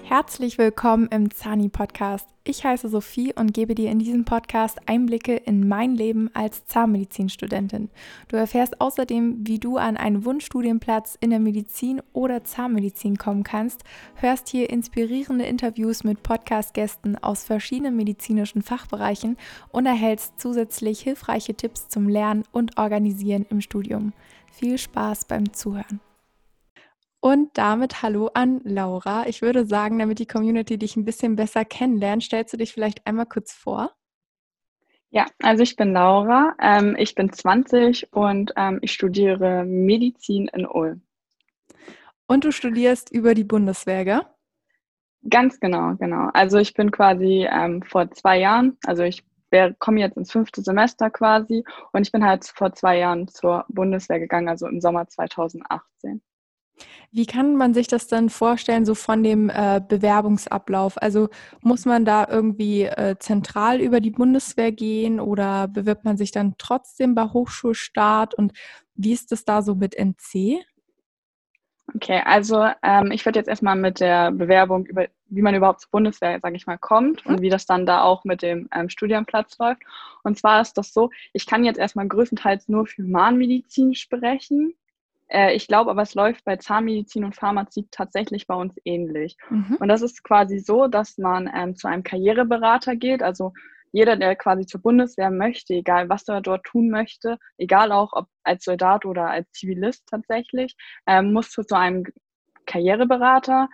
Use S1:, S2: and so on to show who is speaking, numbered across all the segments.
S1: Herzlich willkommen im Zani-Podcast. Ich heiße Sophie und gebe dir in diesem Podcast Einblicke in mein Leben als Zahnmedizinstudentin. Du erfährst außerdem, wie du an einen Wunschstudienplatz in der Medizin oder Zahnmedizin kommen kannst, hörst hier inspirierende Interviews mit Podcast-Gästen aus verschiedenen medizinischen Fachbereichen und erhältst zusätzlich hilfreiche Tipps zum Lernen und Organisieren im Studium. Viel Spaß beim Zuhören. Und damit hallo an Laura. Ich würde sagen, damit die Community dich ein bisschen besser kennenlernt, stellst du dich vielleicht einmal kurz vor?
S2: Ja, also ich bin Laura, ich bin 20 und ich studiere Medizin in Ulm.
S1: Und du studierst über die Bundeswehr, gell?
S2: Ganz genau, genau. Also ich bin quasi vor 2 Jahren, also ich komme jetzt ins 5. Semester quasi und ich bin halt vor 2 Jahren zur Bundeswehr gegangen, also im Sommer 2018.
S1: Wie kann man sich das dann vorstellen, so von dem Bewerbungsablauf? Also muss man da irgendwie zentral über die Bundeswehr gehen oder bewirbt man sich dann trotzdem bei Hochschulstart? Und wie ist das da so mit NC?
S2: Okay, also ich würde jetzt erstmal mit der Bewerbung über, wie man überhaupt zur Bundeswehr, sage ich mal, kommt
S1: Mhm.
S2: und wie das dann da auch mit dem Studienplatz läuft. Und zwar ist das so, ich kann jetzt erstmal größtenteils nur für Humanmedizin sprechen. Ich glaube aber, es läuft bei Zahnmedizin und Pharmazie tatsächlich bei uns ähnlich.
S1: Mhm.
S2: Und das ist quasi so, dass man zu einem Karriereberater geht. Also jeder, der quasi zur Bundeswehr möchte, egal was er dort tun möchte, egal auch ob als Soldat oder als Zivilist tatsächlich, muss zu so einem Karriereberater.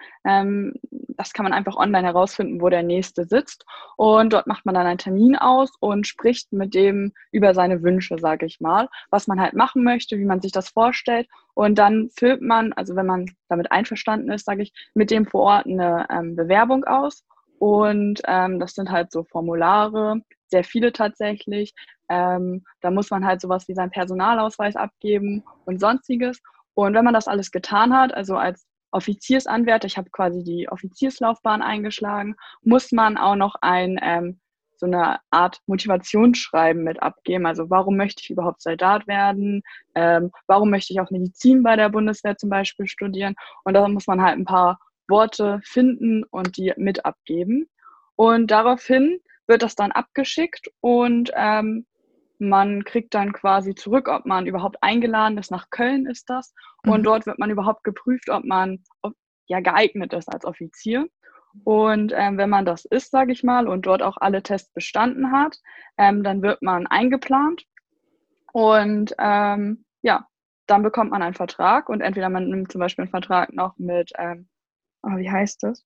S2: Das kann man einfach online herausfinden, wo der nächste sitzt. Und dort macht man dann einen Termin aus und spricht mit dem über seine Wünsche, sage ich mal, was man halt machen möchte, wie man sich das vorstellt. Und dann füllt man, also wenn man damit einverstanden ist, sage ich, mit dem vor Ort eine Bewerbung aus. Und das sind halt so Formulare, sehr viele tatsächlich. Da muss man halt sowas wie seinen Personalausweis abgeben und sonstiges. Und wenn man das alles getan hat, also als Offiziersanwärter, ich habe quasi die Offizierslaufbahn eingeschlagen, muss man auch noch so eine Art Motivationsschreiben mit abgeben. Also warum möchte ich überhaupt Soldat werden? Warum möchte ich auch Medizin bei der Bundeswehr zum Beispiel studieren? Und da muss man halt ein paar Worte finden und die mit abgeben. Und daraufhin wird das dann abgeschickt und man kriegt dann quasi zurück, ob man überhaupt eingeladen ist. Nach Köln ist das. Und
S1: Mhm.
S2: dort wird man überhaupt geprüft, ob man ja geeignet ist als Offizier. Und wenn man das ist, sage ich mal, und dort auch alle Tests bestanden hat, dann wird man eingeplant. Und ja, dann bekommt man einen Vertrag. Und entweder man nimmt zum Beispiel einen Vertrag noch mit, wie heißt das?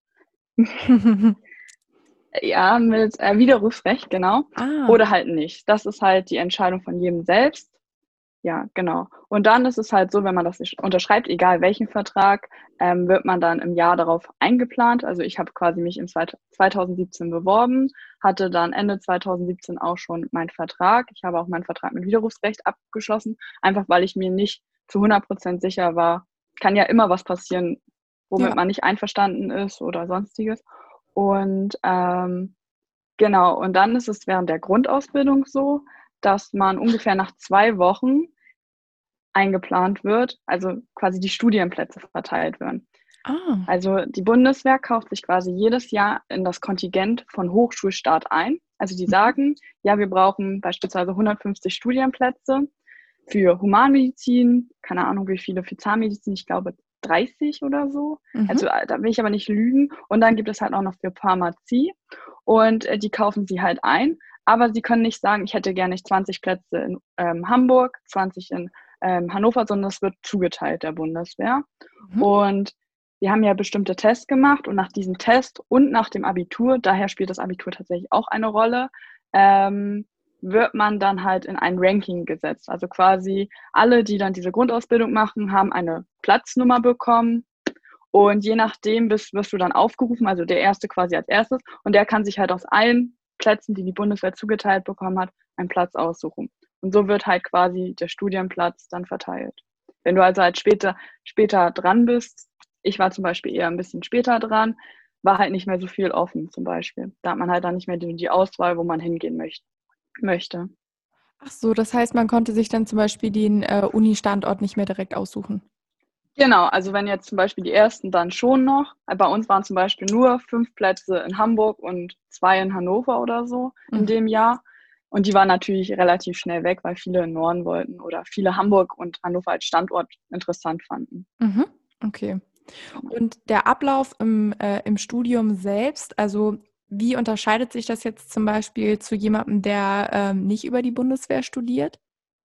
S2: Ja, mit Widerrufsrecht, genau.
S1: Ah.
S2: Oder halt nicht. Das ist halt die Entscheidung von jedem selbst. Ja, genau. Und dann ist es halt so, wenn man das nicht unterschreibt, egal welchen Vertrag, wird man dann im Jahr darauf eingeplant. Also ich habe quasi mich in 2017 beworben, hatte dann Ende 2017 auch schon meinen Vertrag. Ich habe auch meinen Vertrag mit Widerrufsrecht abgeschlossen, einfach weil ich mir nicht zu 100% sicher war. Kann ja immer was passieren, womit
S1: Ja.
S2: man nicht einverstanden ist oder sonstiges. Und genau, und dann ist es während der Grundausbildung so, dass man ungefähr nach 2 Wochen eingeplant wird, also quasi die Studienplätze verteilt werden.
S1: Ah.
S2: Also die Bundeswehr kauft sich quasi jedes Jahr in das Kontingent von Hochschulstart ein. Also die
S1: Mhm.
S2: sagen, ja, wir brauchen beispielsweise 150 Studienplätze für Humanmedizin, keine Ahnung wie viele für Zahnmedizin, ich glaube 30 oder so.
S1: Mhm.
S2: Also da will ich aber nicht lügen. Und dann gibt es halt auch noch für Pharmazie und die kaufen sie halt ein. Aber sie können nicht sagen, ich hätte gerne 20 Plätze in Hamburg, 20 in Hannover, sondern es wird zugeteilt der Bundeswehr.
S1: Mhm.
S2: Und wir haben ja bestimmte Tests gemacht und nach diesem Test und nach dem Abitur, daher spielt das Abitur tatsächlich auch eine Rolle, wird man dann halt in ein Ranking gesetzt. Also quasi alle, die dann diese Grundausbildung machen, haben eine Platznummer bekommen und je nachdem wirst du dann aufgerufen, also der Erste quasi als erstes und der kann sich halt aus allen Plätzen, die die Bundeswehr zugeteilt bekommen hat, einen Platz aussuchen. Und so wird halt quasi der Studienplatz dann verteilt. Wenn du also halt später dran bist, ich war zum Beispiel eher ein bisschen später dran, war halt nicht mehr so viel offen zum Beispiel. Da hat man halt dann nicht mehr die Auswahl, wo man hingehen möchte.
S1: Ach so, das heißt, man konnte sich dann zum Beispiel den Uni-Standort nicht mehr direkt aussuchen.
S2: Genau, also wenn jetzt zum Beispiel die ersten dann schon noch, bei uns waren zum Beispiel nur 5 Plätze in Hamburg und 2 in Hannover oder so in
S1: Mhm.
S2: dem Jahr. Und die waren natürlich relativ schnell weg, weil viele in Norden wollten oder viele Hamburg und Hannover als Standort interessant fanden.
S1: Mhm. Okay.
S2: Genau.
S1: Und der Ablauf im Studium selbst, also wie unterscheidet sich das jetzt zum Beispiel zu jemandem, der nicht über die Bundeswehr studiert?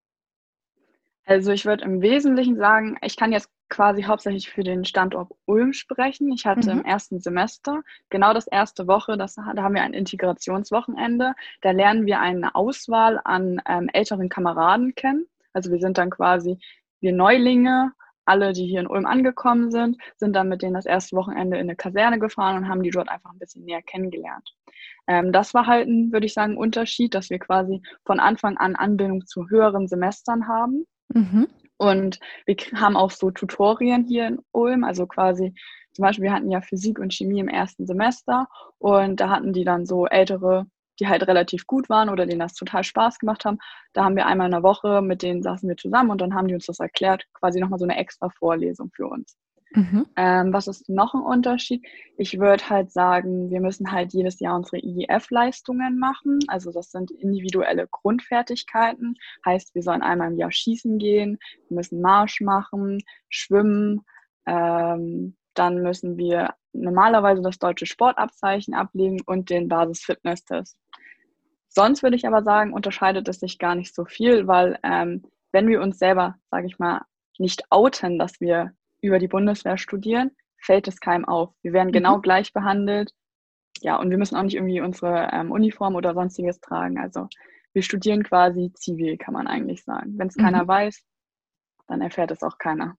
S2: Also ich würde im Wesentlichen sagen, ich kann jetzt quasi hauptsächlich für den Standort Ulm sprechen. Ich hatte
S1: Mhm.
S2: im ersten Semester genau das erste Woche, da haben wir ein Integrationswochenende. Da lernen wir eine Auswahl an älteren Kameraden kennen. Also wir sind dann quasi, wir Neulinge, alle, die hier in Ulm angekommen sind dann mit denen das erste Wochenende in eine Kaserne gefahren und haben die dort einfach ein bisschen näher kennengelernt. Das war halt ein, würde ich sagen, Unterschied, dass wir quasi von Anfang an Anbindung zu höheren Semestern haben.
S1: Mhm.
S2: Und wir haben auch so Tutorien hier in Ulm, also quasi zum Beispiel, wir hatten ja Physik und Chemie im ersten Semester und da hatten die dann so Ältere, die halt relativ gut waren oder denen das total Spaß gemacht haben. Da haben wir einmal in der Woche, mit denen saßen wir zusammen und dann haben die uns das erklärt, quasi nochmal so eine extra Vorlesung für uns.
S1: Mhm.
S2: Was ist noch ein Unterschied? Ich würde halt sagen, wir müssen halt jedes Jahr unsere IEF-Leistungen machen. Also das sind individuelle Grundfertigkeiten. Heißt, wir sollen einmal im Jahr schießen gehen, wir müssen Marsch machen, schwimmen. Dann müssen wir normalerweise das deutsche Sportabzeichen ablegen und den Basis-Fitness-Test. Sonst würde ich aber sagen, unterscheidet es sich gar nicht so viel, weil wenn wir uns selber, sage ich mal, nicht outen, dass wir über die Bundeswehr studieren, fällt es keinem auf. Wir werden
S1: Mhm.
S2: genau gleich behandelt. Ja, und wir müssen auch nicht irgendwie unsere Uniform oder sonstiges tragen. Also wir studieren quasi zivil, kann man eigentlich sagen. Wenn es
S1: Mhm.
S2: keiner weiß, dann erfährt es auch keiner.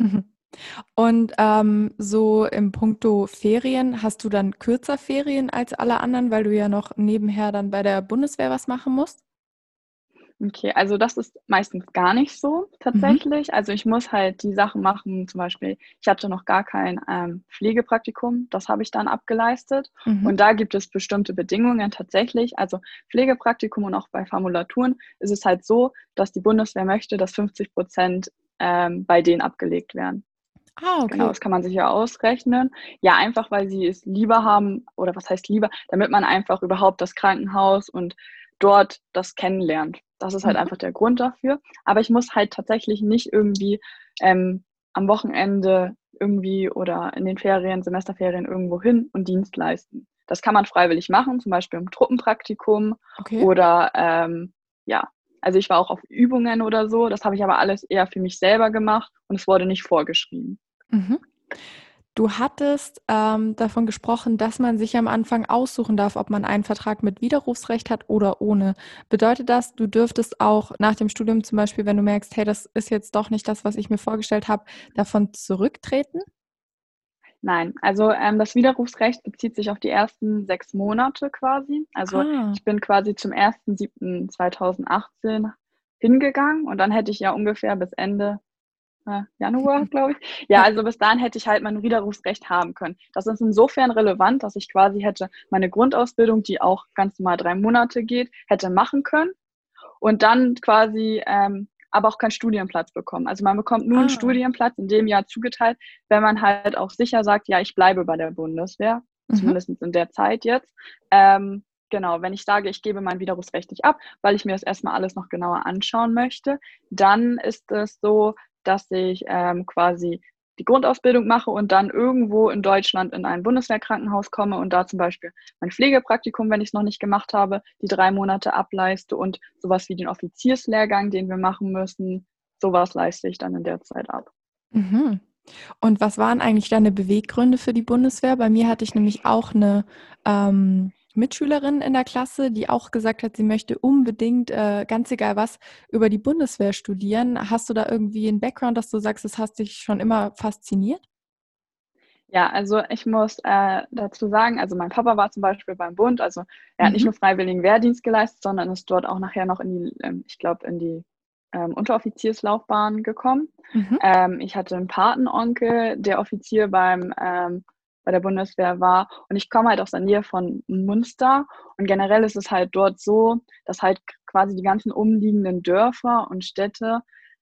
S1: Und so im Puncto Ferien, hast du dann kürzer Ferien als alle anderen, weil du ja noch nebenher dann bei der Bundeswehr was machen musst?
S2: Okay, also das ist meistens gar nicht so
S1: Mhm.
S2: tatsächlich. Also ich muss halt die Sachen machen, zum Beispiel, ich hatte noch gar kein Pflegepraktikum, das habe ich dann abgeleistet.
S1: Mhm.
S2: Und da gibt es bestimmte Bedingungen tatsächlich. Also Pflegepraktikum und auch bei Formulaturen ist es halt so, dass die Bundeswehr möchte, dass 50% bei denen abgelegt werden.
S1: Ah,
S2: Genau,
S1: okay.
S2: das kann man sich ja ausrechnen. Ja, einfach weil sie es lieber haben, oder was heißt lieber, damit man einfach überhaupt das Krankenhaus und dort das kennenlernt. Das ist halt
S1: Mhm.
S2: einfach der Grund dafür. Aber ich muss halt tatsächlich nicht irgendwie am Wochenende irgendwie oder in den Ferien, Semesterferien irgendwo hin und Dienst leisten. Das kann man freiwillig machen, zum Beispiel im Truppenpraktikum
S1: Okay.
S2: oder ja, also ich war auch auf Übungen oder so. Das habe ich aber alles eher für mich selber gemacht und es wurde nicht vorgeschrieben.
S1: Mhm. Du hattest davon gesprochen, dass man sich am Anfang aussuchen darf, ob man einen Vertrag mit Widerrufsrecht hat oder ohne. Bedeutet das, du dürftest auch nach dem Studium zum Beispiel, wenn du merkst, hey, das ist jetzt doch nicht das, was ich mir vorgestellt habe, davon zurücktreten?
S2: Nein, also das Widerrufsrecht bezieht sich auf die ersten 6 Monate quasi. Also
S1: Ah,
S2: ich bin quasi zum 1.7.2018 hingegangen und dann hätte ich ja ungefähr bis Ende Januar, glaube ich. Ja,
S1: ja.
S2: also bis dahin hätte ich halt mein Widerrufsrecht haben können. Das ist insofern relevant, dass ich quasi hätte meine Grundausbildung, die auch ganz normal 3 Monate geht, hätte machen können und dann quasi aber auch keinen Studienplatz bekommen. Also man bekommt nur einen
S1: Ah,
S2: Studienplatz in dem Jahr zugeteilt, wenn man halt auch sicher sagt, ja, ich bleibe bei der Bundeswehr,
S1: mhm,
S2: zumindest in der Zeit jetzt. Genau, wenn ich sage, ich gebe mein Widerrufsrecht nicht ab, weil ich mir das erstmal alles noch genauer anschauen möchte, dann ist es so, dass ich quasi die Grundausbildung mache und dann irgendwo in Deutschland in ein Bundeswehrkrankenhaus komme und da zum Beispiel mein Pflegepraktikum, wenn ich es noch nicht gemacht habe, die 3 Monate ableiste und sowas wie den Offizierslehrgang, den wir machen müssen, sowas leiste ich dann in der Zeit ab.
S1: mhm. Und was waren eigentlich deine Beweggründe für die Bundeswehr? Bei mir hatte ich nämlich auch eine Mitschülerin in der Klasse, die auch gesagt hat, sie möchte unbedingt, ganz egal was, über die Bundeswehr studieren. Hast du da irgendwie 'n Background, dass du sagst, das hat dich schon immer fasziniert?
S2: Ja, also ich muss dazu sagen, also mein Papa war zum Beispiel beim Bund, also er hat nicht
S1: Mhm,
S2: nur freiwilligen Wehrdienst geleistet, sondern ist dort auch nachher noch in die, ich glaube, in die Unteroffizierslaufbahn gekommen.
S1: mhm.
S2: Ich hatte einen Patenonkel, der Offizier bei der Bundeswehr war und ich komme halt aus der Nähe von Munster und generell ist es halt dort so, dass halt quasi die ganzen umliegenden Dörfer und Städte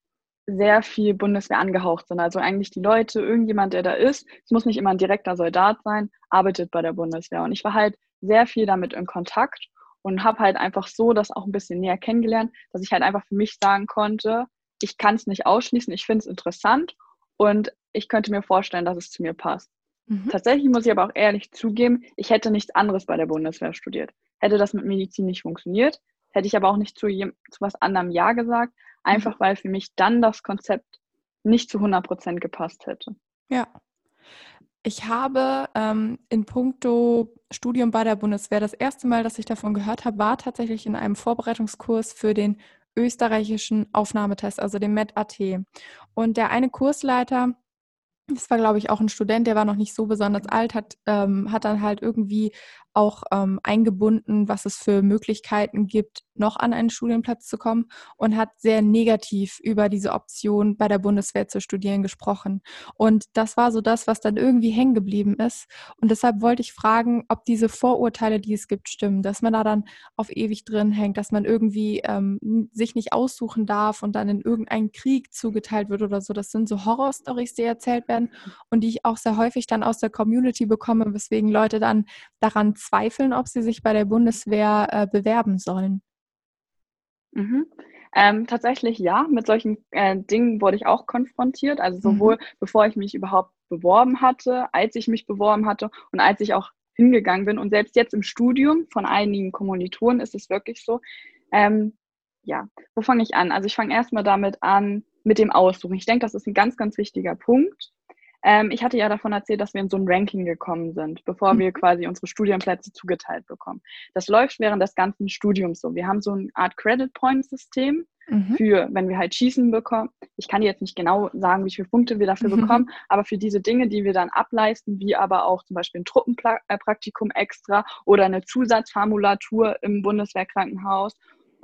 S2: sehr viel Bundeswehr angehaucht sind. Also eigentlich die Leute, irgendjemand, der da ist, es muss nicht immer ein direkter Soldat sein, arbeitet bei der Bundeswehr. Und ich war halt sehr viel damit in Kontakt und habe halt einfach so das auch ein bisschen näher kennengelernt, dass ich halt einfach für mich sagen konnte, ich kann es nicht ausschließen, ich finde es interessant und ich könnte mir vorstellen, dass es zu mir passt.
S1: Mhm.
S2: Tatsächlich muss ich aber auch ehrlich zugeben, ich hätte nichts anderes bei der Bundeswehr studiert. Hätte das mit Medizin nicht funktioniert, hätte ich aber auch nicht zu was anderem Ja gesagt,
S1: Mhm.
S2: einfach weil für mich dann das Konzept nicht zu 100% gepasst hätte.
S1: Ja. Ich habe in puncto Studium bei der Bundeswehr das erste Mal, dass ich davon gehört habe, war tatsächlich in einem Vorbereitungskurs für den österreichischen Aufnahmetest, also den MET-AT. Und der eine Kursleiter, das war, glaube ich, auch ein Student, der war noch nicht so besonders alt, hat dann halt irgendwie auch eingebunden, was es für Möglichkeiten gibt, noch an einen Studienplatz zu kommen und hat sehr negativ über diese Option, bei der Bundeswehr zu studieren, gesprochen. Und das war so das, was dann irgendwie hängen geblieben ist. Und deshalb wollte ich fragen, ob diese Vorurteile, die es gibt, stimmen, dass man da dann auf ewig drin hängt, dass man irgendwie sich nicht aussuchen darf und dann in irgendeinen Krieg zugeteilt wird oder so. Das sind so Horrorstories, die erzählt werden und die ich auch sehr häufig dann aus der Community bekomme, weswegen Leute dann daran zweifeln, ob sie sich bei der Bundeswehr bewerben sollen.
S2: Mhm. Tatsächlich ja, mit solchen Dingen wurde ich auch konfrontiert. Also
S1: Mhm.
S2: sowohl bevor ich mich überhaupt beworben hatte, als ich mich beworben hatte und als ich auch hingegangen bin. Und selbst jetzt im Studium von einigen Kommilitonen ist es wirklich so. Ähm, ja, wo fange ich an? Also ich fange erstmal damit an, mit dem Aussuchen. Ich denke, das ist ein ganz, ganz wichtiger Punkt. Ich hatte ja davon erzählt, dass wir in so ein Ranking gekommen sind, bevor wir
S1: Mhm.
S2: quasi unsere Studienplätze zugeteilt bekommen. Das läuft während des ganzen Studiums so. Wir haben so eine Art Credit-Point-System
S1: Mhm.
S2: für, wenn wir halt Schießen bekommen. Ich kann dir jetzt nicht genau sagen, wie viele Punkte wir dafür bekommen, aber für diese Dinge, die wir dann ableisten, wie aber auch zum Beispiel ein Truppenpraktikum extra oder eine Zusatzformulatur im Bundeswehrkrankenhaus,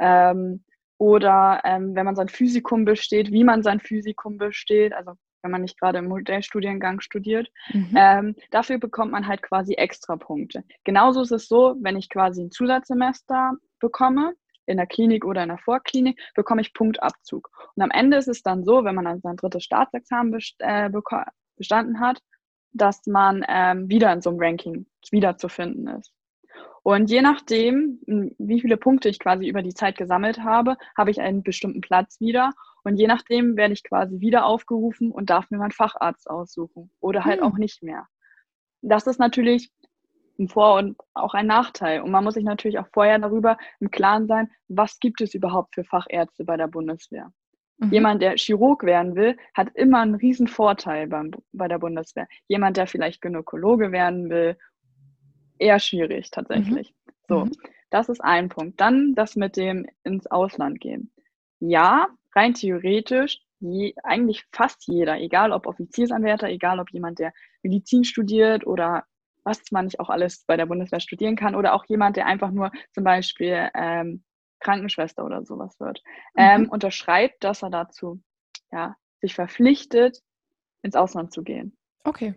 S2: oder wenn man sein Physikum besteht, wie man sein Physikum besteht, also wenn man nicht gerade im Modellstudiengang studiert.
S1: Mhm.
S2: Dafür bekommt man halt quasi extra Punkte. Genauso ist es so, wenn ich quasi ein Zusatzsemester bekomme, in der Klinik oder in der Vorklinik, bekomme ich Punktabzug. Und am Ende ist es dann so, wenn man dann sein drittes Staatsexamen bestanden hat, dass man wieder in so einem Ranking wiederzufinden ist. Und je nachdem, wie viele Punkte ich quasi über die Zeit gesammelt habe, habe ich einen bestimmten Platz wieder. Und je nachdem werde ich quasi wieder aufgerufen und darf mir meinen Facharzt aussuchen oder halt
S1: Hm.
S2: auch nicht mehr. Das ist natürlich ein Vor- und auch ein Nachteil. Und man muss sich natürlich auch vorher darüber im Klaren sein, was gibt es überhaupt für Fachärzte bei der Bundeswehr.
S1: Mhm.
S2: Jemand, der Chirurg werden will, hat immer einen riesen Vorteil bei der Bundeswehr. Jemand, der vielleicht Gynäkologe werden will, eher schwierig
S1: Mhm.
S2: tatsächlich. So,
S1: Mhm.
S2: das ist ein Punkt. Dann das mit dem ins Ausland gehen. Ja, rein theoretisch, eigentlich fast jeder, egal ob Offiziersanwärter, egal ob jemand, der Medizin studiert oder was man nicht auch alles bei der Bundeswehr studieren kann oder auch jemand, der einfach nur zum Beispiel Krankenschwester oder sowas wird,
S1: Mhm.
S2: unterschreibt, dass er dazu ja, sich verpflichtet, ins Ausland zu gehen.
S1: Okay.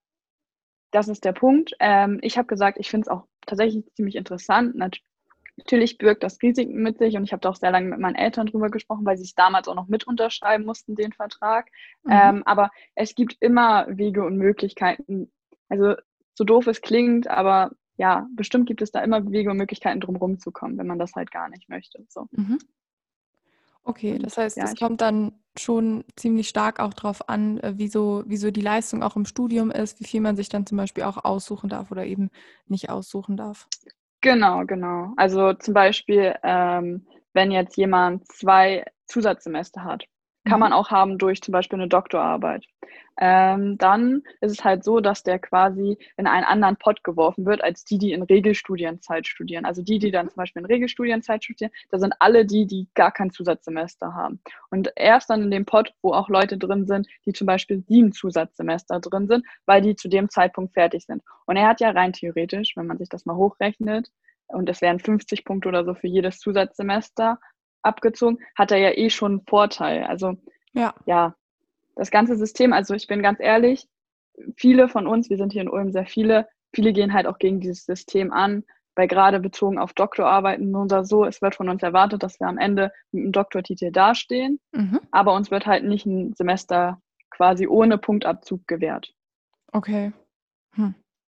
S2: Das ist der Punkt. Ich habe gesagt, ich finde es auch tatsächlich ziemlich interessant. Natürlich birgt das Risiken mit sich und ich habe da auch sehr lange mit meinen Eltern drüber gesprochen, weil sie es damals auch noch mit unterschreiben mussten, den Vertrag.
S1: Mhm.
S2: Aber es gibt immer Wege und Möglichkeiten. Also so doof es klingt, aber ja, bestimmt gibt es da immer Wege und Möglichkeiten, drum rumzukommen, wenn man das halt gar nicht möchte. So.
S1: Mhm. Okay, das
S2: Und
S1: heißt,
S2: ja,
S1: es kommt dann schon ziemlich stark auch drauf an, wie so die Leistung auch im Studium ist, wie viel man sich dann zum Beispiel auch aussuchen darf oder eben nicht aussuchen darf.
S2: genau, genau. Also zum Beispiel, wenn jetzt jemand 2 Zusatzsemester hat, kann
S1: Mhm.
S2: man auch haben durch zum Beispiel eine Doktorarbeit. Dann ist es halt so, dass der quasi in einen anderen Pott geworfen wird, als die, die in Regelstudienzeit studieren. Also die, die dann zum Beispiel in Regelstudienzeit studieren, da sind alle die, die gar kein Zusatzsemester haben. Und er ist dann in dem Pott, wo auch Leute drin sind, die zum Beispiel 7 Zusatzsemester drin sind, weil die zu dem Zeitpunkt fertig sind. Und er hat ja rein theoretisch, wenn man sich das mal hochrechnet, und es wären 50 Punkte oder so für jedes Zusatzsemester abgezogen, hat er ja eh schon einen Vorteil. Also
S1: Ja.
S2: ja, das ganze System, also ich bin ganz ehrlich, viele von uns, wir sind hier in Ulm sehr viele, viele gehen halt auch gegen dieses System an, weil gerade bezogen auf Doktorarbeiten so oder so, es wird von uns erwartet, dass wir am Ende mit einem Doktortitel dastehen,
S1: Mhm.
S2: aber uns wird halt nicht ein Semester quasi ohne Punktabzug gewährt.
S1: Okay. Hm.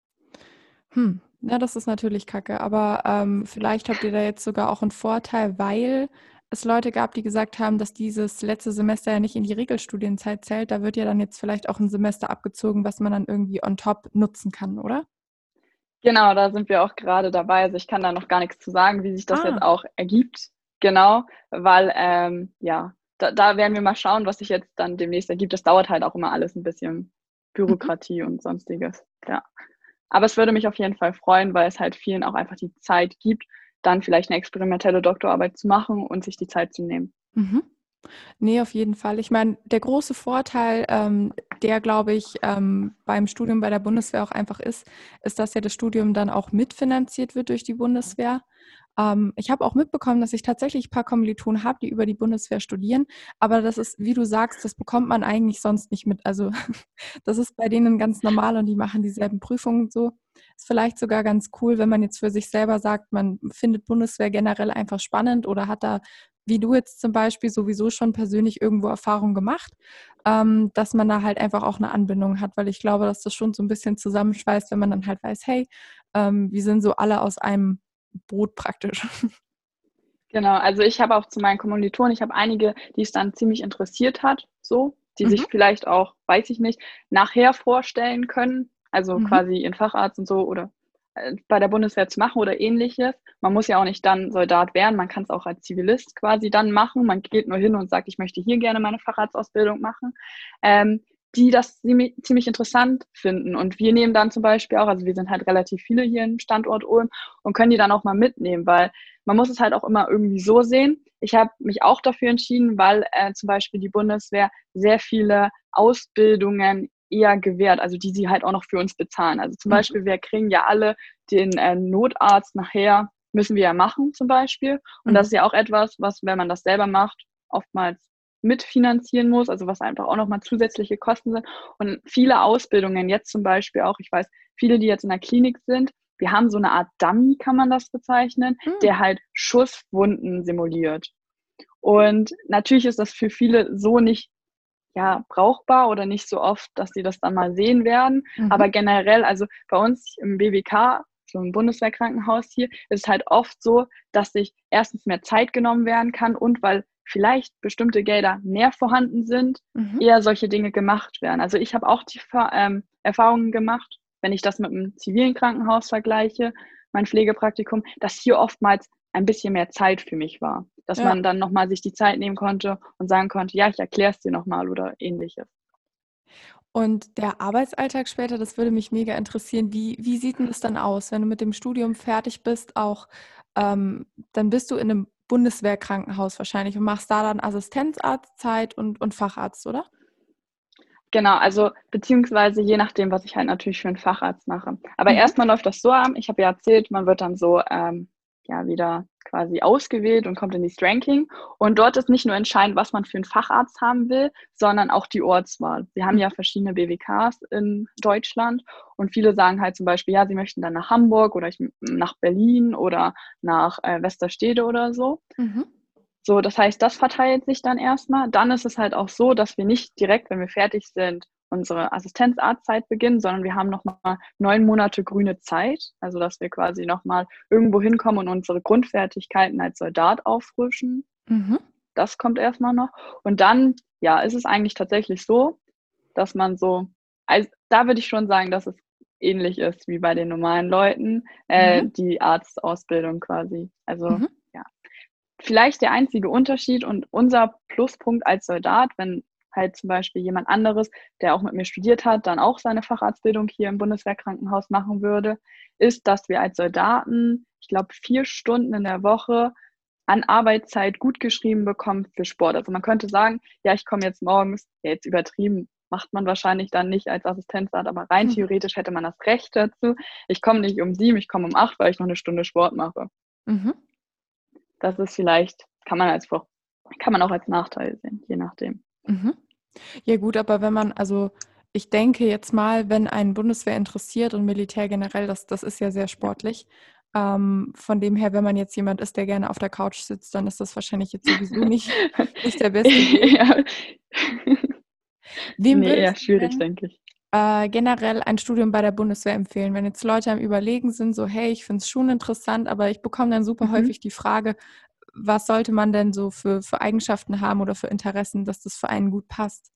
S1: Ja, das ist natürlich kacke, aber vielleicht habt ihr da jetzt sogar auch einen Vorteil, weil es Leute gab, die gesagt haben, dass dieses letzte Semester ja nicht in die Regelstudienzeit zählt. Da wird ja dann jetzt vielleicht auch ein Semester abgezogen, was man dann irgendwie on top nutzen kann, oder?
S2: Genau, da sind wir auch gerade dabei. Also ich kann da noch gar nichts zu sagen, wie sich das jetzt
S1: Ah,
S2: auch ergibt. Genau, weil ja, da werden wir mal schauen, was sich jetzt dann demnächst ergibt. Das dauert halt auch immer alles ein bisschen
S1: mhm.
S2: Bürokratie und sonstiges. Ja. Aber es würde mich auf jeden Fall freuen, weil es halt vielen auch einfach die Zeit gibt, dann vielleicht eine experimentelle Doktorarbeit zu machen und sich die Zeit zu nehmen.
S1: Mhm. Nee, auf jeden Fall. Ich meine, der große Vorteil, der, glaube ich, beim Studium bei der Bundeswehr auch einfach ist, dass ja das Studium dann auch mitfinanziert wird durch die Bundeswehr. Ich habe auch mitbekommen, dass ich tatsächlich ein paar Kommilitonen habe, die über die Bundeswehr studieren, aber das ist, wie du sagst, das bekommt man eigentlich sonst nicht mit. Also das ist bei denen ganz normal und die machen dieselben Prüfungen und so. Ist vielleicht sogar ganz cool, wenn man jetzt für sich selber sagt, man findet Bundeswehr generell einfach spannend oder hat da, wie du jetzt zum Beispiel, sowieso schon persönlich irgendwo Erfahrung gemacht, dass man da halt einfach auch eine Anbindung hat, weil ich glaube, dass das schon so ein bisschen zusammenschweißt, wenn man dann halt weiß, hey, wir sind so alle aus einem Boot praktisch.
S2: Genau, also ich habe auch zu meinen Kommilitonen, ich habe einige, die es dann ziemlich interessiert hat, so, die
S1: Mhm,
S2: sich vielleicht auch, weiß ich nicht, nachher vorstellen können, also
S1: mhm,
S2: quasi in Facharzt und so oder bei der Bundeswehr zu machen oder ähnliches. Man muss ja auch nicht dann Soldat werden, man kann es auch als Zivilist quasi dann machen. Man geht nur hin und sagt, ich möchte hier gerne meine Facharztausbildung machen. Ähm, die das ziemlich interessant finden. Und wir nehmen dann zum Beispiel auch, also wir sind halt relativ viele hier im Standort Ulm und können die dann auch mal mitnehmen, weil man muss es halt auch immer irgendwie so sehen. Ich habe mich auch dafür entschieden, weil zum Beispiel die Bundeswehr sehr viele Ausbildungen eher gewährt, also die sie halt auch noch für uns bezahlen. Also zum
S1: mhm,
S2: Beispiel, wir kriegen ja alle den Notarzt nachher, müssen wir ja machen zum Beispiel. Und das
S1: mhm.
S2: ist ja auch etwas, was, wenn man das selber macht, oftmals mitfinanzieren muss, also was einfach auch nochmal zusätzliche Kosten sind. Und viele Ausbildungen, jetzt zum Beispiel auch, ich weiß, viele, die jetzt in der Klinik sind, wir haben so eine Art Dummy, kann man das bezeichnen,
S1: Mhm.
S2: der halt Schusswunden simuliert. Und natürlich ist das für viele so nicht ja, brauchbar oder nicht so oft, dass sie das dann mal sehen werden.
S1: Mhm.
S2: Aber generell, also bei uns im BWK, so im Bundeswehrkrankenhaus hier, ist es halt oft so, dass sich erstens mehr Zeit genommen werden kann und weil vielleicht bestimmte Gelder mehr vorhanden sind,
S1: Mhm.
S2: eher solche Dinge gemacht werden. Also ich habe auch die Erfahrungen gemacht, wenn ich das mit einem zivilen Krankenhaus vergleiche, mein Pflegepraktikum, dass hier oftmals ein bisschen mehr Zeit für mich war. Dass
S1: Ja.
S2: man dann nochmal sich die Zeit nehmen konnte und sagen konnte, ja, ich erkläre es dir nochmal oder ähnliches.
S1: Und der Arbeitsalltag später, das würde mich mega interessieren. Wie sieht denn das dann aus, wenn du mit dem Studium fertig bist? Auch dann bist du in einem Bundeswehrkrankenhaus wahrscheinlich und machst da dann Assistenzarztzeit und Facharzt, oder?
S2: Genau, also beziehungsweise je nachdem, was ich halt natürlich für einen Facharzt mache. Aber
S1: Mhm.
S2: erstmal läuft das so ab, ich habe ja erzählt, man wird dann so ja wieder quasi ausgewählt und kommt in dieses Ranking. Und dort ist nicht nur entscheidend, was man für einen Facharzt haben will, sondern auch die Ortswahl. Wir haben
S1: Mhm.
S2: ja verschiedene BWKs in Deutschland und viele sagen halt zum Beispiel, ja, sie möchten dann nach Hamburg oder nach Berlin oder nach Westerstede oder so.
S1: Mhm.
S2: So, das heißt, das verteilt sich dann erstmal. Dann ist es halt auch so, dass wir nicht direkt, wenn wir fertig sind, unsere Assistenzarztzeit beginnen, sondern wir haben nochmal 9 Monate grüne Zeit. Also, dass wir quasi nochmal irgendwo hinkommen und unsere Grundfertigkeiten als Soldat auffrischen.
S1: Mhm.
S2: Das kommt erstmal noch. Und dann, ja, ist es eigentlich tatsächlich so, dass man so, also da würde ich schon sagen, dass es ähnlich ist wie bei den normalen Leuten,
S1: Mhm.
S2: die Arztausbildung quasi. Also,
S1: Mhm.
S2: ja. Vielleicht der einzige Unterschied und unser Pluspunkt als Soldat, wenn halt zum Beispiel jemand anderes, der auch mit mir studiert hat, dann auch seine Facharztbildung hier im Bundeswehrkrankenhaus machen würde, ist, dass wir als Soldaten, ich glaube, 4 Stunden in der Woche an Arbeitszeit gut geschrieben bekommen für Sport. Also man könnte sagen, ja, ich komme jetzt morgens, ja, jetzt übertrieben, macht man wahrscheinlich dann nicht als Assistenzarzt, aber rein
S1: Mhm.
S2: theoretisch hätte man das Recht dazu. Ich komme nicht um 7, ich komme um 8, weil ich noch eine Stunde Sport mache.
S1: Mhm.
S2: Das ist vielleicht, kann man auch als Nachteil sehen, je nachdem.
S1: Mhm. Ja gut, aber wenn man, also ich denke jetzt mal, wenn ein Bundeswehr interessiert und Militär generell, das ist ja sehr
S2: Ja.
S1: sportlich, Von dem her, wenn man jetzt jemand ist, der gerne auf der Couch sitzt, dann ist das wahrscheinlich jetzt sowieso nicht der beste Weg.
S2: Ja.
S1: Wem
S2: Nee, eher
S1: würdest du
S2: schwierig,
S1: denn
S2: denke ich.
S1: generell ein Studium bei der Bundeswehr empfehlen? Wenn jetzt Leute am Überlegen sind, so hey, ich finde es schon interessant, aber ich bekomme dann super häufig die Frage, was sollte man denn so für Eigenschaften haben oder für Interessen, dass das für einen gut passt?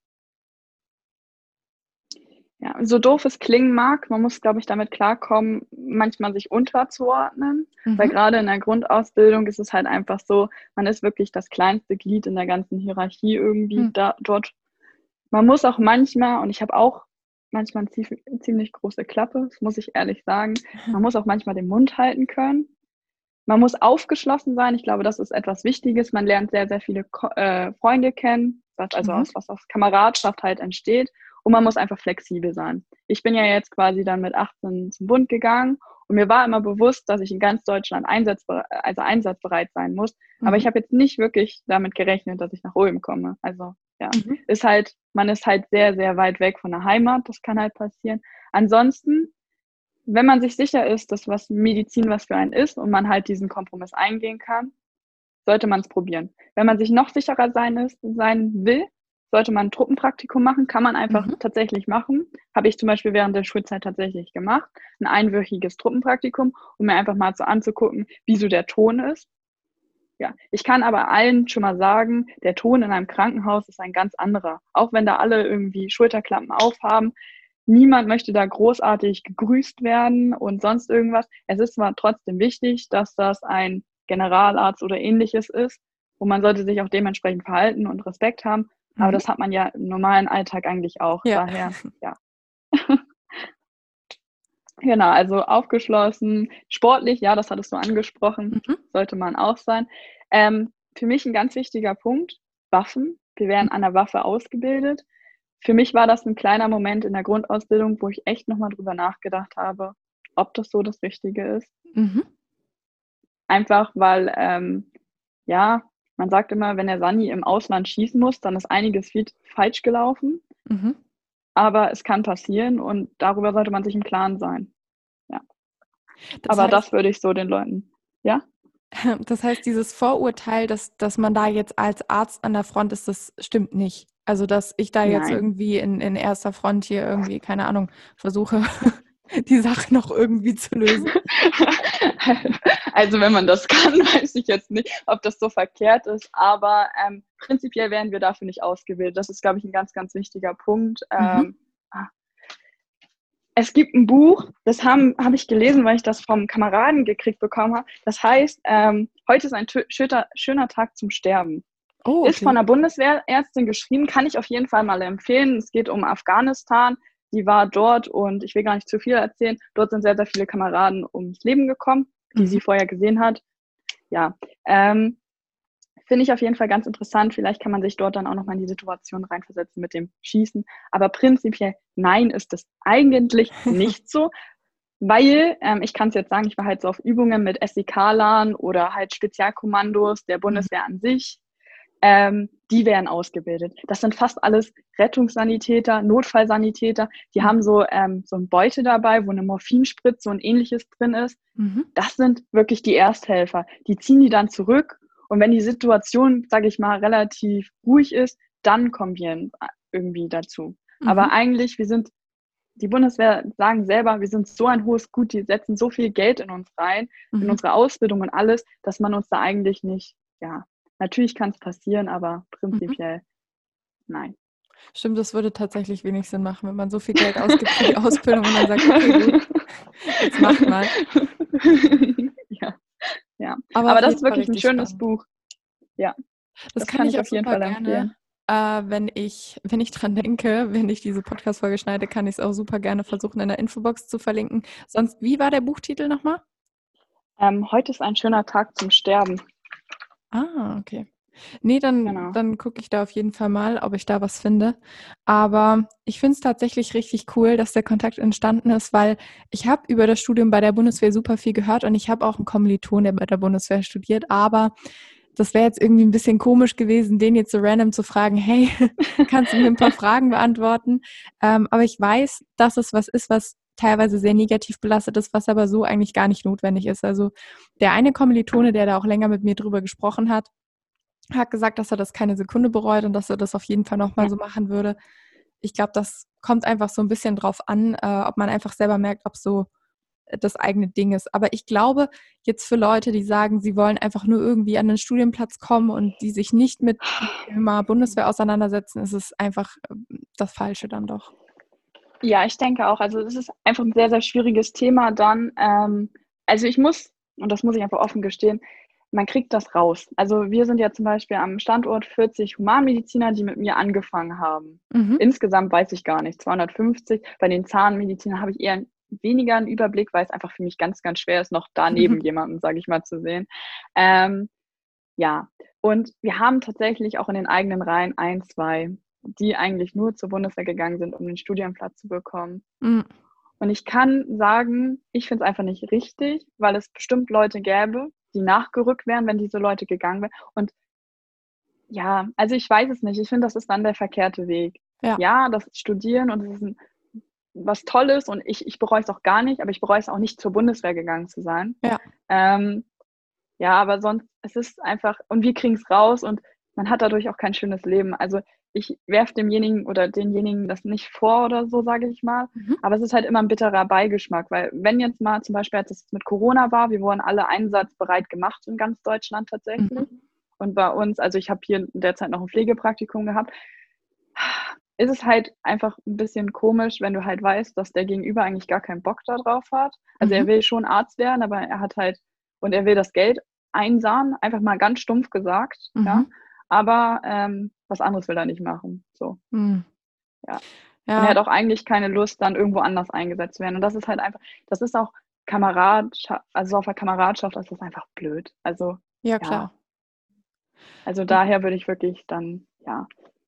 S2: Ja, so doof es klingen mag, man muss, glaube ich, damit klarkommen, manchmal sich unterzuordnen, weil
S1: Mhm.
S2: gerade in der Grundausbildung ist es halt einfach so, man ist wirklich das kleinste Glied in der ganzen Hierarchie irgendwie
S1: Hm.
S2: dort. Man muss auch manchmal, und ich habe auch manchmal eine ziemlich große Klappe, das muss ich ehrlich sagen, man muss auch manchmal den Mund halten können. Man muss aufgeschlossen sein. Ich glaube, das ist etwas Wichtiges. Man lernt sehr, sehr viele Freunde kennen,
S1: Mhm.
S2: was aus Kameradschaft halt entsteht. Und man muss einfach flexibel sein. Ich bin ja jetzt quasi dann mit 18 zum Bund gegangen und mir war immer bewusst, dass ich in ganz Deutschland einsatzbereit sein muss. Aber
S1: Mhm.
S2: ich habe jetzt nicht wirklich damit gerechnet, dass ich nach Ulm komme. Also ja,
S1: Mhm.
S2: man ist halt sehr, sehr weit weg von der Heimat. Das kann halt passieren. Ansonsten, wenn man sich sicher ist, dass Medizin was für einen ist und man halt diesen Kompromiss eingehen kann, sollte man es probieren. Wenn man sich noch sicherer sein will, sollte man ein Truppenpraktikum machen, kann man einfach
S1: Mhm.
S2: tatsächlich machen. Habe ich zum Beispiel während der Schulzeit tatsächlich gemacht. Ein einwöchiges Truppenpraktikum, um mir einfach mal so anzugucken, wie so der Ton ist. Ja, ich kann aber allen schon mal sagen, der Ton in einem Krankenhaus ist ein ganz anderer. Auch wenn da alle irgendwie Schulterklappen aufhaben, niemand möchte da großartig gegrüßt werden und sonst irgendwas. Es ist zwar trotzdem wichtig, dass das ein Generalarzt oder ähnliches ist und man sollte sich auch dementsprechend verhalten und Respekt haben, aber
S1: Mhm.
S2: das hat man ja im normalen Alltag eigentlich auch.
S1: Ja.
S2: Daher, ja. Genau, also aufgeschlossen, sportlich, ja, das hattest du angesprochen,
S1: Mhm.
S2: sollte man auch sein. Für mich ein ganz wichtiger Punkt, Waffen. Wir werden an der Waffe ausgebildet. Für mich war das ein kleiner Moment in der Grundausbildung, wo ich echt noch mal drüber nachgedacht habe, ob das so das Richtige ist.
S1: Mhm.
S2: Einfach, weil, ja, man sagt immer, wenn der Sani im Ausland schießen muss, dann ist einiges viel falsch gelaufen,
S1: Mhm.
S2: aber es kann passieren und darüber sollte man sich im Klaren sein. Ja,
S1: Das
S2: aber
S1: heißt,
S2: das würde ich so den Leuten, ja?
S1: das heißt, dieses Vorurteil, dass man da jetzt als Arzt an der Front ist, das stimmt nicht. Also, dass ich da jetzt
S2: Nein.
S1: irgendwie in erster Front hier irgendwie, keine Ahnung, versuche, die Sache noch irgendwie zu lösen.
S2: Also wenn man das kann, weiß ich jetzt nicht, ob das so verkehrt ist, aber prinzipiell werden wir dafür nicht ausgebildet. Das ist, glaube ich, ein ganz, ganz wichtiger Punkt.
S1: Mhm.
S2: Es gibt ein Buch, das hab ich gelesen, weil ich das vom Kameraden gekriegt bekommen habe. Das heißt, heute ist ein schöner Tag zum Sterben.
S1: Oh,
S2: Ist von
S1: okay.
S2: einer Bundeswehrärztin geschrieben, kann ich auf jeden Fall mal empfehlen. Es geht um Afghanistan. Die war dort und ich will gar nicht zu viel erzählen. Dort sind sehr, sehr viele Kameraden ums Leben gekommen, die
S1: Mhm.
S2: sie vorher gesehen hat. Ja, finde ich auf jeden Fall ganz interessant. Vielleicht kann man sich dort dann auch nochmal in die Situation reinversetzen mit dem Schießen. Aber prinzipiell, nein, ist es eigentlich nicht so. Weil, ich kann es jetzt sagen, ich war halt so auf Übungen mit SEK-Lern oder halt Spezialkommandos der
S1: Mhm.
S2: Bundeswehr an sich. Die werden ausgebildet. Das sind fast alles Rettungssanitäter, Notfallsanitäter. Die haben so ein Beutel dabei, wo eine Morphinspritze und ähnliches drin ist.
S1: Mhm.
S2: Das sind wirklich die Ersthelfer. Die ziehen die dann zurück und wenn die Situation, sage ich mal, relativ ruhig ist, dann kommen wir irgendwie dazu.
S1: Mhm.
S2: Aber eigentlich, die Bundeswehr sagen selber, wir sind so ein hohes Gut, die setzen so viel Geld in uns rein, in
S1: Mhm.
S2: unsere Ausbildung und alles, dass man uns da eigentlich nicht, ja, natürlich kann es passieren, aber
S1: Mhm.
S2: prinzipiell nein.
S1: Stimmt, das würde tatsächlich wenig Sinn machen, wenn man so viel Geld ausgibt für die Ausbildung und dann sagt, okay, gut, jetzt macht mal.
S2: Ja, ja.
S1: Aber
S2: Aber
S1: auf
S2: das
S1: jeden
S2: ist
S1: Fall
S2: wirklich ein
S1: richtig
S2: schönes
S1: spannend.
S2: Buch. Ja,
S1: Das
S2: das
S1: kann
S2: kann
S1: ich
S2: ich
S1: auch
S2: auf jeden
S1: super
S2: Fall
S1: gerne,
S2: empfehlen.
S1: wenn ich dran denke, wenn ich diese Podcast-Folge schneide, kann ich es auch super gerne versuchen, in der Infobox zu verlinken. Sonst, wie war der Buchtitel nochmal?
S2: Heute ist ein schöner Tag zum Sterben.
S1: Ah, okay. Nee, dann,
S2: Genau.
S1: dann gucke ich da auf jeden Fall mal, ob ich da was finde. Aber ich finde es tatsächlich richtig cool, dass der Kontakt entstanden ist, weil ich habe über das Studium bei der Bundeswehr super viel gehört und ich habe auch einen Kommiliton, der bei der Bundeswehr studiert, aber das wäre jetzt irgendwie ein bisschen komisch gewesen, den jetzt so random zu fragen, hey, kannst du mir ein paar Fragen beantworten? Aber ich weiß, dass es was ist, was teilweise sehr negativ belastet ist, was aber so eigentlich gar nicht notwendig ist. Also der eine Kommilitone, der da auch länger mit mir drüber gesprochen hat gesagt, dass er das keine Sekunde bereut und dass er das auf jeden Fall nochmal so machen würde. Ich glaube, das kommt einfach so ein bisschen drauf an, ob man einfach selber merkt, ob so das eigene Ding ist. Aber ich glaube, jetzt für Leute, die sagen, sie wollen einfach nur irgendwie an den Studienplatz kommen und die sich nicht mit dem Thema Bundeswehr auseinandersetzen, ist es einfach das Falsche dann doch.
S2: Ja, ich denke auch. Also es ist einfach ein sehr, sehr schwieriges Thema dann. Also ich muss, und das muss ich einfach offen gestehen, man kriegt das raus. Also wir sind ja zum Beispiel am Standort 40 Humanmediziner, die mit mir angefangen haben.
S1: Mhm.
S2: Insgesamt weiß ich gar nicht, 250. Bei den Zahnmedizinern habe ich eher weniger einen Überblick, weil es einfach für mich ganz, ganz schwer ist, noch daneben jemanden, sage ich mal, zu sehen. Ja, und wir haben tatsächlich auch in den eigenen Reihen ein, zwei, die eigentlich nur zur Bundeswehr gegangen sind, um den Studienplatz zu bekommen.
S1: Mhm.
S2: Und ich kann sagen, ich finde es einfach nicht richtig, weil es bestimmt Leute gäbe, die nachgerückt wären, wenn diese Leute gegangen wären. Und ja, also ich weiß es nicht. Ich finde, das ist dann der verkehrte Weg.
S1: Ja.
S2: Ja, das ist Studieren und es ist was Tolles und ich bereue es auch gar nicht, aber ich bereue es auch nicht, zur Bundeswehr gegangen zu sein.
S1: Ja.
S2: Ja, aber sonst, es ist einfach, und wir kriegen es raus und man hat dadurch auch kein schönes Leben. Also ich werfe demjenigen oder denjenigen das nicht vor oder so, sage ich mal. Aber es ist halt immer ein bitterer Beigeschmack, weil wenn jetzt mal zum Beispiel, als es mit Corona war, wir wurden alle einsatzbereit gemacht in ganz Deutschland tatsächlich. Und bei uns, also ich habe hier derzeit noch ein Pflegepraktikum gehabt, ist es halt einfach ein bisschen komisch, wenn du halt weißt, dass der Gegenüber eigentlich gar keinen Bock da drauf hat. Also er will schon Arzt werden, aber er hat halt, und er will das Geld einsahen, einfach mal ganz stumpf gesagt, ja. Aber was anderes will er nicht machen. So. Ja. Und er hat auch eigentlich keine Lust, dann irgendwo anders eingesetzt zu werden. Und das ist halt einfach, das ist auch Kameradschaft, also auf der Kameradschaft ist das einfach blöd. Also
S1: Ja, klar.
S2: Also daher würde ich wirklich dann, ja,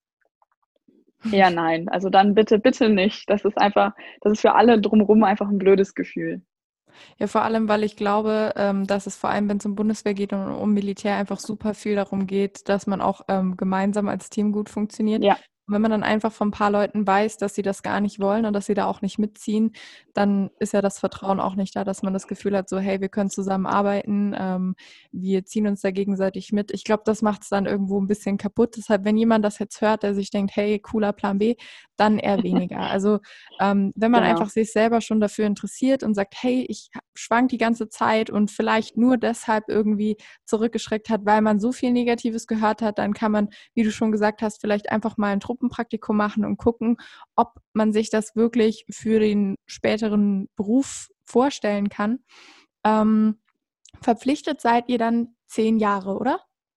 S2: eher nein. Also dann bitte, bitte nicht. Das ist einfach, das ist für alle drumherum einfach ein blödes Gefühl.
S1: Ja, vor allem, weil ich glaube, dass es vor allem, wenn es um Bundeswehr geht und um Militär, einfach super viel darum geht, dass man auch gemeinsam als Team gut funktioniert.
S2: Ja.
S1: Und wenn man dann einfach von ein paar Leuten weiß, dass sie das gar nicht wollen und dass sie da auch nicht mitziehen, dann ist ja das Vertrauen auch nicht da, dass man das Gefühl hat, so, hey, wir können zusammenarbeiten, wir ziehen uns da gegenseitig mit. Ich glaube, das macht es dann irgendwo ein bisschen kaputt. Deshalb, wenn jemand das jetzt hört, der sich denkt, hey, cooler Plan B, dann eher weniger. Also wenn man einfach sich selber schon dafür interessiert und sagt, hey, ich schwank die ganze Zeit und vielleicht nur deshalb irgendwie zurückgeschreckt hat, weil man so viel Negatives gehört hat, dann kann man, wie du schon gesagt hast, vielleicht einfach mal ein Truppenpraktikum machen und gucken, ob man sich das wirklich für den späteren Beruf vorstellen kann. Verpflichtet seid ihr dann 10 Jahre, oder?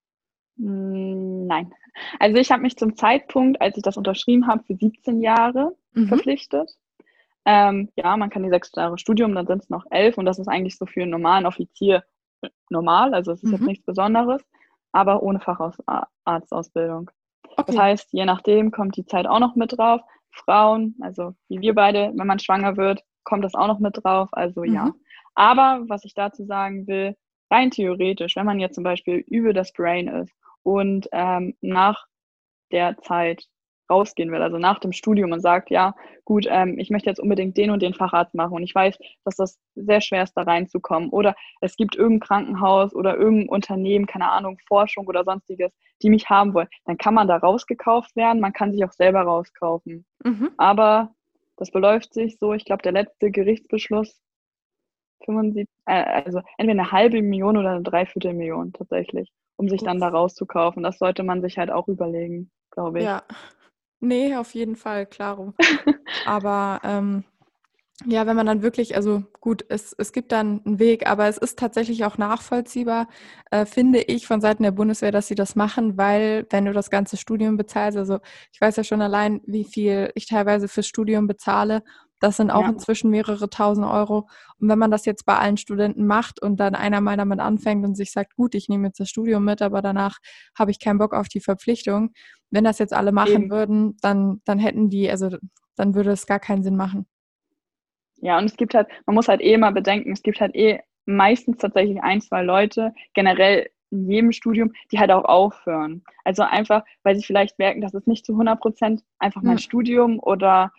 S2: Nein. Also ich habe mich zum Zeitpunkt, als ich das unterschrieben habe, für 17 Jahre verpflichtet. Ja, man kann die 6 Jahre Studium, dann sind es noch 11 und das ist eigentlich so für einen normalen Offizier normal, also es ist jetzt nichts Besonderes, aber ohne Facharztausbildung. Okay. Das heißt, je nachdem kommt die Zeit auch noch mit drauf. Frauen, also wie wir beide, wenn man schwanger wird, kommt das auch noch mit drauf, also ja. Aber was ich dazu sagen will, rein theoretisch, wenn man jetzt zum Beispiel über das Brain ist und nach der Zeit rausgehen will, also nach dem Studium und sagt, ja, gut, ich möchte jetzt unbedingt den und den Facharzt machen und ich weiß, dass das sehr schwer ist, da reinzukommen oder es gibt irgendein Krankenhaus oder irgendein Unternehmen, keine Ahnung, Forschung oder sonstiges, die mich haben wollen, dann kann man da rausgekauft werden, man kann sich auch selber rauskaufen. Aber das beläuft sich so, ich glaube, der letzte Gerichtsbeschluss 75, also entweder eine halbe Million oder eine Dreiviertelmillion tatsächlich, um sich dann da rauszukaufen. Das sollte man sich halt auch überlegen, glaube ich.
S1: Ja, nee, auf jeden Fall, klaro. Aber ja, wenn man dann wirklich, also gut, es gibt dann einen Weg, aber es ist tatsächlich auch nachvollziehbar, finde ich, von Seiten der Bundeswehr, dass sie das machen, weil wenn du das ganze Studium bezahlst, also ich weiß ja schon allein, wie viel ich teilweise fürs Studium bezahle, das sind auch inzwischen mehrere tausend Euro. Und wenn man das jetzt bei allen Studenten macht und dann einer mal damit anfängt und sich sagt, gut, ich nehme jetzt das Studium mit, aber danach habe ich keinen Bock auf die Verpflichtung. Wenn das jetzt alle machen würden, dann hätten die, also dann würde es gar keinen Sinn machen.
S2: Ja, und es gibt halt, man muss halt immer bedenken, es gibt halt meistens tatsächlich 1, 2 Leute, generell in jedem Studium, die halt auch aufhören. Also einfach, weil sie vielleicht merken, das ist nicht zu 100% einfach mein Studium oder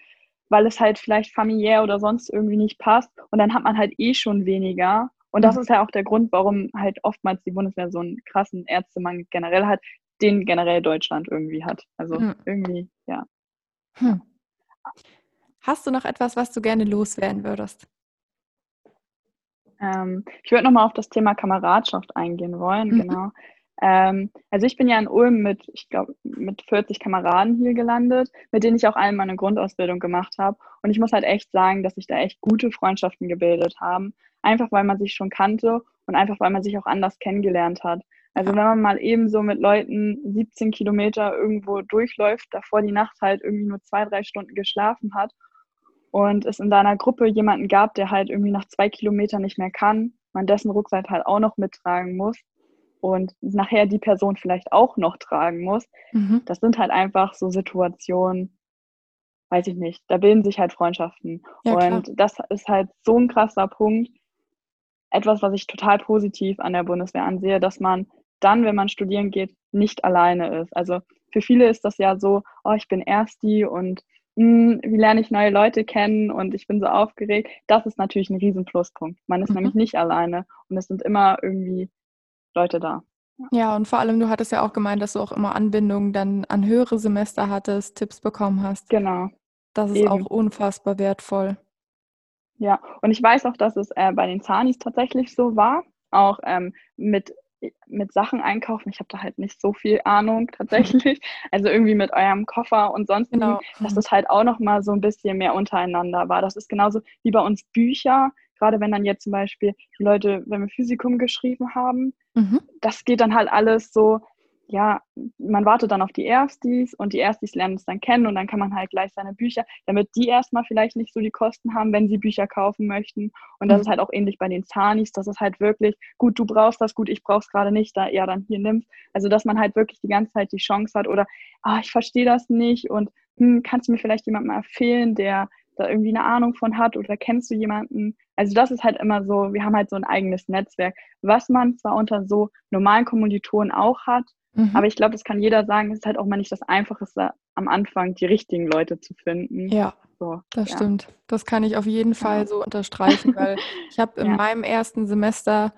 S2: weil es halt vielleicht familiär oder sonst irgendwie nicht passt. Und dann hat man halt eh schon weniger. Und das
S1: Mhm.
S2: ist ja auch der Grund, warum halt oftmals die Bundeswehr so einen krassen Ärztemangel generell hat, den generell Deutschland irgendwie hat. Also
S1: Mhm.
S2: irgendwie, ja.
S1: Hm. Hast du noch etwas, was du gerne loswerden würdest?
S2: Ich würde nochmal auf das Thema Kameradschaft eingehen wollen,
S1: Mhm.
S2: genau. Also ich bin ja in Ulm mit, ich glaube, mit 40 Kameraden hier gelandet, mit denen ich auch alle meine Grundausbildung gemacht habe. Und ich muss halt echt sagen, dass sich da echt gute Freundschaften gebildet haben. Einfach weil man sich schon kannte und einfach weil man sich auch anders kennengelernt hat. Also
S1: Ja.
S2: wenn man mal eben so mit Leuten 17 Kilometer irgendwo durchläuft, davor die Nacht halt irgendwie nur 2, 3 Stunden geschlafen hat und es in deiner Gruppe jemanden gab, der halt irgendwie nach 2 Kilometern nicht mehr kann, man dessen Rucksack halt auch noch mittragen muss und nachher die Person vielleicht auch noch tragen muss.
S1: Mhm.
S2: Das sind halt einfach so Situationen, weiß ich nicht, da bilden sich halt Freundschaften.
S1: Ja, klar.
S2: Und das ist halt so ein krasser Punkt, etwas, was ich total positiv an der Bundeswehr ansehe, dass man dann, wenn man studieren geht, nicht alleine ist. Also für viele ist das ja so, oh, ich bin Ersti und wie lerne ich neue Leute kennen und ich bin so aufgeregt. Das ist natürlich ein riesen Pluspunkt. Man ist
S1: Mhm.
S2: nämlich nicht alleine und es sind immer irgendwie Leute da. Ja,
S1: Ja, und vor allem, du hattest ja auch gemeint, dass du auch immer Anbindungen dann an höhere Semester hattest, Tipps bekommen hast.
S2: genau,
S1: Das ist auch
S2: eben.
S1: unfassbar wertvoll.
S2: Ja, und ich weiß auch, dass es, bei den Zanis tatsächlich so war, auch, mit Sachen einkaufen. Ich habe da halt nicht so viel Ahnung tatsächlich. Also, irgendwie mit eurem Koffer und Sonstigen,
S1: Genau.
S2: dass das halt auch noch mal so 'n bisschen mehr untereinander war. Das ist genauso wie bei uns Bücher, grade wenn dann jetzt zum Beispiel die Leute, wenn wir Physikum geschrieben haben,
S1: Mhm.
S2: das geht dann halt alles so, ja, man wartet dann auf die Erstis und die Erstis lernen es dann kennen und dann kann man halt gleich seine Bücher, damit die erstmal vielleicht nicht so die Kosten haben, wenn sie Bücher kaufen möchten. Und das ist
S1: Mhm.
S2: halt auch ähnlich bei den Zanis, das ist halt wirklich, gut, du brauchst das, gut, ich brauch's gerade nicht, da ja, dann hier nimm's. Also, dass man halt wirklich die ganze Zeit die Chance hat oder, ah, ich verstehe das nicht und kannst du mir vielleicht jemand mal empfehlen, der da irgendwie eine Ahnung von hat oder kennst du jemanden? Also, das ist halt immer so, wir haben halt so ein eigenes Netzwerk, was man zwar unter so normalen Kommilitonen auch hat,
S1: Mhm.
S2: aber ich glaube, das kann jeder sagen, es ist halt auch mal nicht das Einfachste am Anfang, die richtigen Leute zu finden.
S1: Ja,
S2: So,
S1: das
S2: ja,
S1: stimmt. Das kann ich auf jeden Fall
S2: genau.
S1: so unterstreichen, weil ich habe in
S2: Ja,
S1: meinem ersten Semester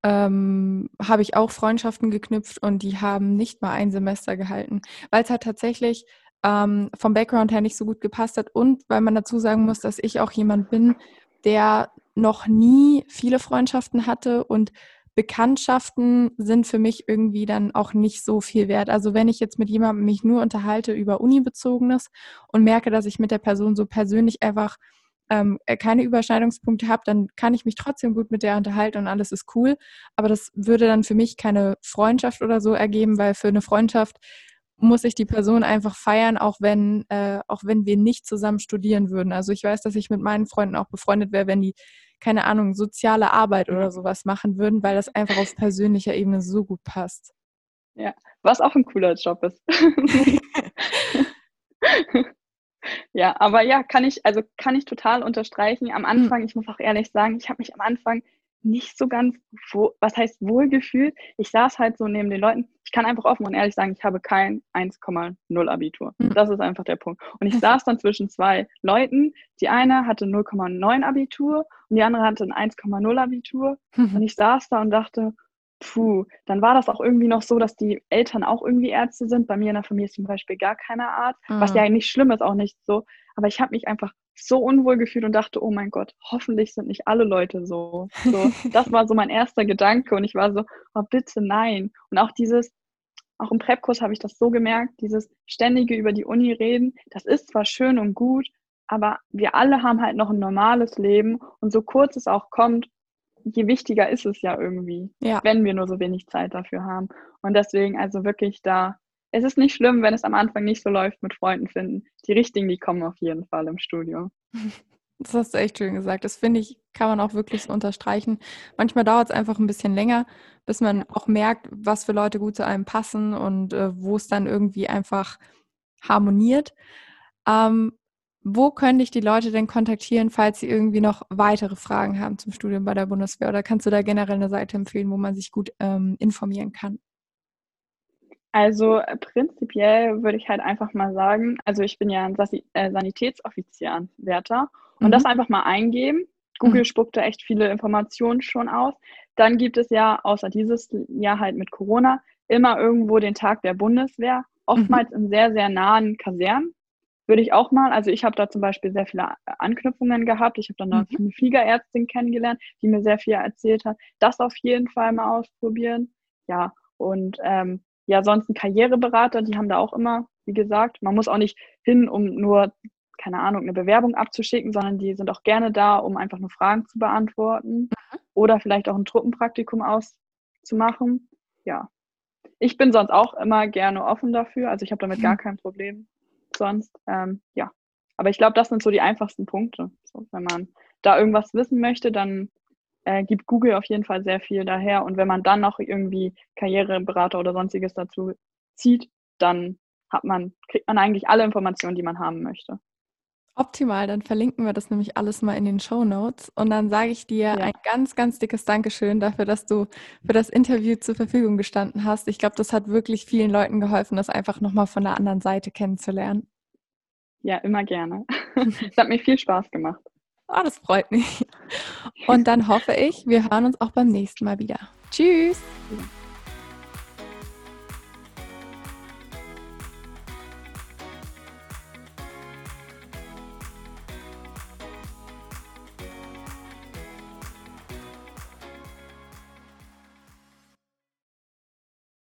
S1: habe ich auch Freundschaften geknüpft und die haben nicht mal ein Semester gehalten, weil es halt tatsächlich vom Background her nicht so gut gepasst hat und weil man dazu sagen muss, dass ich auch jemand bin, der noch nie viele Freundschaften hatte und Bekanntschaften sind für mich irgendwie dann auch nicht so viel wert. Also wenn ich jetzt mit jemandem mich nur unterhalte über Uni-Bezogenes und merke, dass ich mit der Person so persönlich einfach keine Überschneidungspunkte habe, dann kann ich mich trotzdem gut mit der unterhalten und alles ist cool. Aber das würde dann für mich keine Freundschaft oder so ergeben, weil für eine Freundschaft muss ich die Person einfach feiern, auch wenn wir nicht zusammen studieren würden. Also ich weiß, dass ich mit meinen Freunden auch befreundet wäre, wenn die, keine Ahnung, soziale Arbeit
S2: ja,
S1: oder sowas machen würden, weil das einfach auf persönlicher Ebene so gut passt.
S2: ja. Was auch 'n cooler Job ist. Ja, aber ja, kann ich total unterstreichen. Am
S1: Hm,
S2: Anfang, ich muss auch ehrlich sagen, ich habe mich am Anfang nicht so ganz was heißt wohl gefühlt? Ich saß halt so neben den Leuten. Ich kann einfach offen und ehrlich sagen, ich habe kein 1,0 Abitur.
S1: hm,
S2: Das ist einfach der Punkt. Und ich
S1: perfekt.
S2: saß dann zwischen 2 Leuten. Die eine hatte 0,9 Abitur und die andere hatte 'n 1,0 Abitur. Und ich saß da und dachte: „Puh." Dann war das auch irgendwie noch so, dass die Eltern auch irgendwie Ärzte sind. Bei mir in der Familie ist zum Beispiel gar keiner Arzt, was
S1: Ah.
S2: ja nicht schlimm ist, auch nicht so. Aber ich habe mich einfach so unwohl gefühlt und dachte: „Oh mein Gott, hoffentlich sind nicht alle Leute so." So, das war so mein erster Gedanke und ich war so: „Oh, bitte nein." Und auch im Prep-Kurs habe ich das so gemerkt, dieses ständige über die Uni reden, das ist zwar schön und gut, aber wir alle haben halt noch 'n normales Leben und so kurz es auch kommt, je wichtiger ist es ja irgendwie,
S1: Ja.
S2: wenn wir nur so wenig Zeit dafür haben. Und deswegen also wirklich da, es ist nicht schlimm, wenn es am Anfang nicht so läuft mit Freunden finden. Die richtigen, die kommen auf jeden Fall im Studium.
S1: Das hast du echt schön gesagt. Das finde ich, kann man auch wirklich so unterstreichen. Manchmal dauert es einfach ein bisschen länger, bis man
S2: Ja.
S1: auch merkt, was für Leute gut zu einem passen und, wo es dann irgendwie einfach harmoniert. Ähm, Wo können dich die Leute denn kontaktieren, falls sie irgendwie noch weitere Fragen haben zum Studium bei der Bundeswehr? Oder kannst du da generell eine Seite empfehlen, wo man sich gut, informieren kann?
S2: Also, prinzipiell würde ich halt einfach mal sagen, also, ich bin ja 'n Sanitätsoffizieranwärter und
S1: Mhm.
S2: das einfach mal eingeben.
S1: Mhm.
S2: Google spuckt da echt viele Informationen schon aus. Dann gibt es ja, außer dieses Jahr halt mit Corona, immer irgendwo den Tag der Bundeswehr,
S1: Mhm.
S2: oftmals in sehr, sehr nahen Kasernen. Würde ich auch mal, also, ich habe da zum Beispiel sehr viele A Anknüpfungen gehabt. Ich habe dann da
S1: Mhm.
S2: 'ne Fliegerärztin kennengelernt, die mir sehr viel erzählt hat. Das auf jeden Fall mal ausprobieren. Ja, und, ja, sonst 'n Karriereberater, die haben da auch immer, wie gesagt, man muss auch nicht hin, um nur, keine Ahnung, 'ne Bewerbung abzuschicken, sondern die sind auch gerne da, um einfach nur Fragen zu beantworten oder vielleicht auch 'n Truppenpraktikum auszumachen. Ja. Ich bin sonst auch immer gerne offen dafür, also, ich habe damit gar
S1: Mhm.
S2: kein Problem sonst, ja. Aber ich glaube, das sind so die einfachsten Punkte. So, wenn man da irgendwas wissen möchte, dann, gibt Google auf jeden Fall sehr viel daher und wenn man dann noch irgendwie Karriereberater oder Sonstiges dazu zieht, dann kriegt man eigentlich alle Informationen, die man haben möchte.
S1: Optimal, dann verlinken wir das nämlich alles mal in den Shownotes und dann sage ich dir
S2: Ja.
S1: ein ganz, ganz dickes Dankeschön dafür, dass du für das Interview zur Verfügung gestanden hast. Ich glaube, das hat wirklich vielen Leuten geholfen, das einfach noch mal von der anderen Seite kennenzulernen.
S2: Ja, immer gerne. Es hat mir viel Spaß gemacht.
S1: Ah, das freut mich. Und dann hoffe ich, wir hören uns auch beim nächsten Mal wieder. Tschüss.
S2: Ja.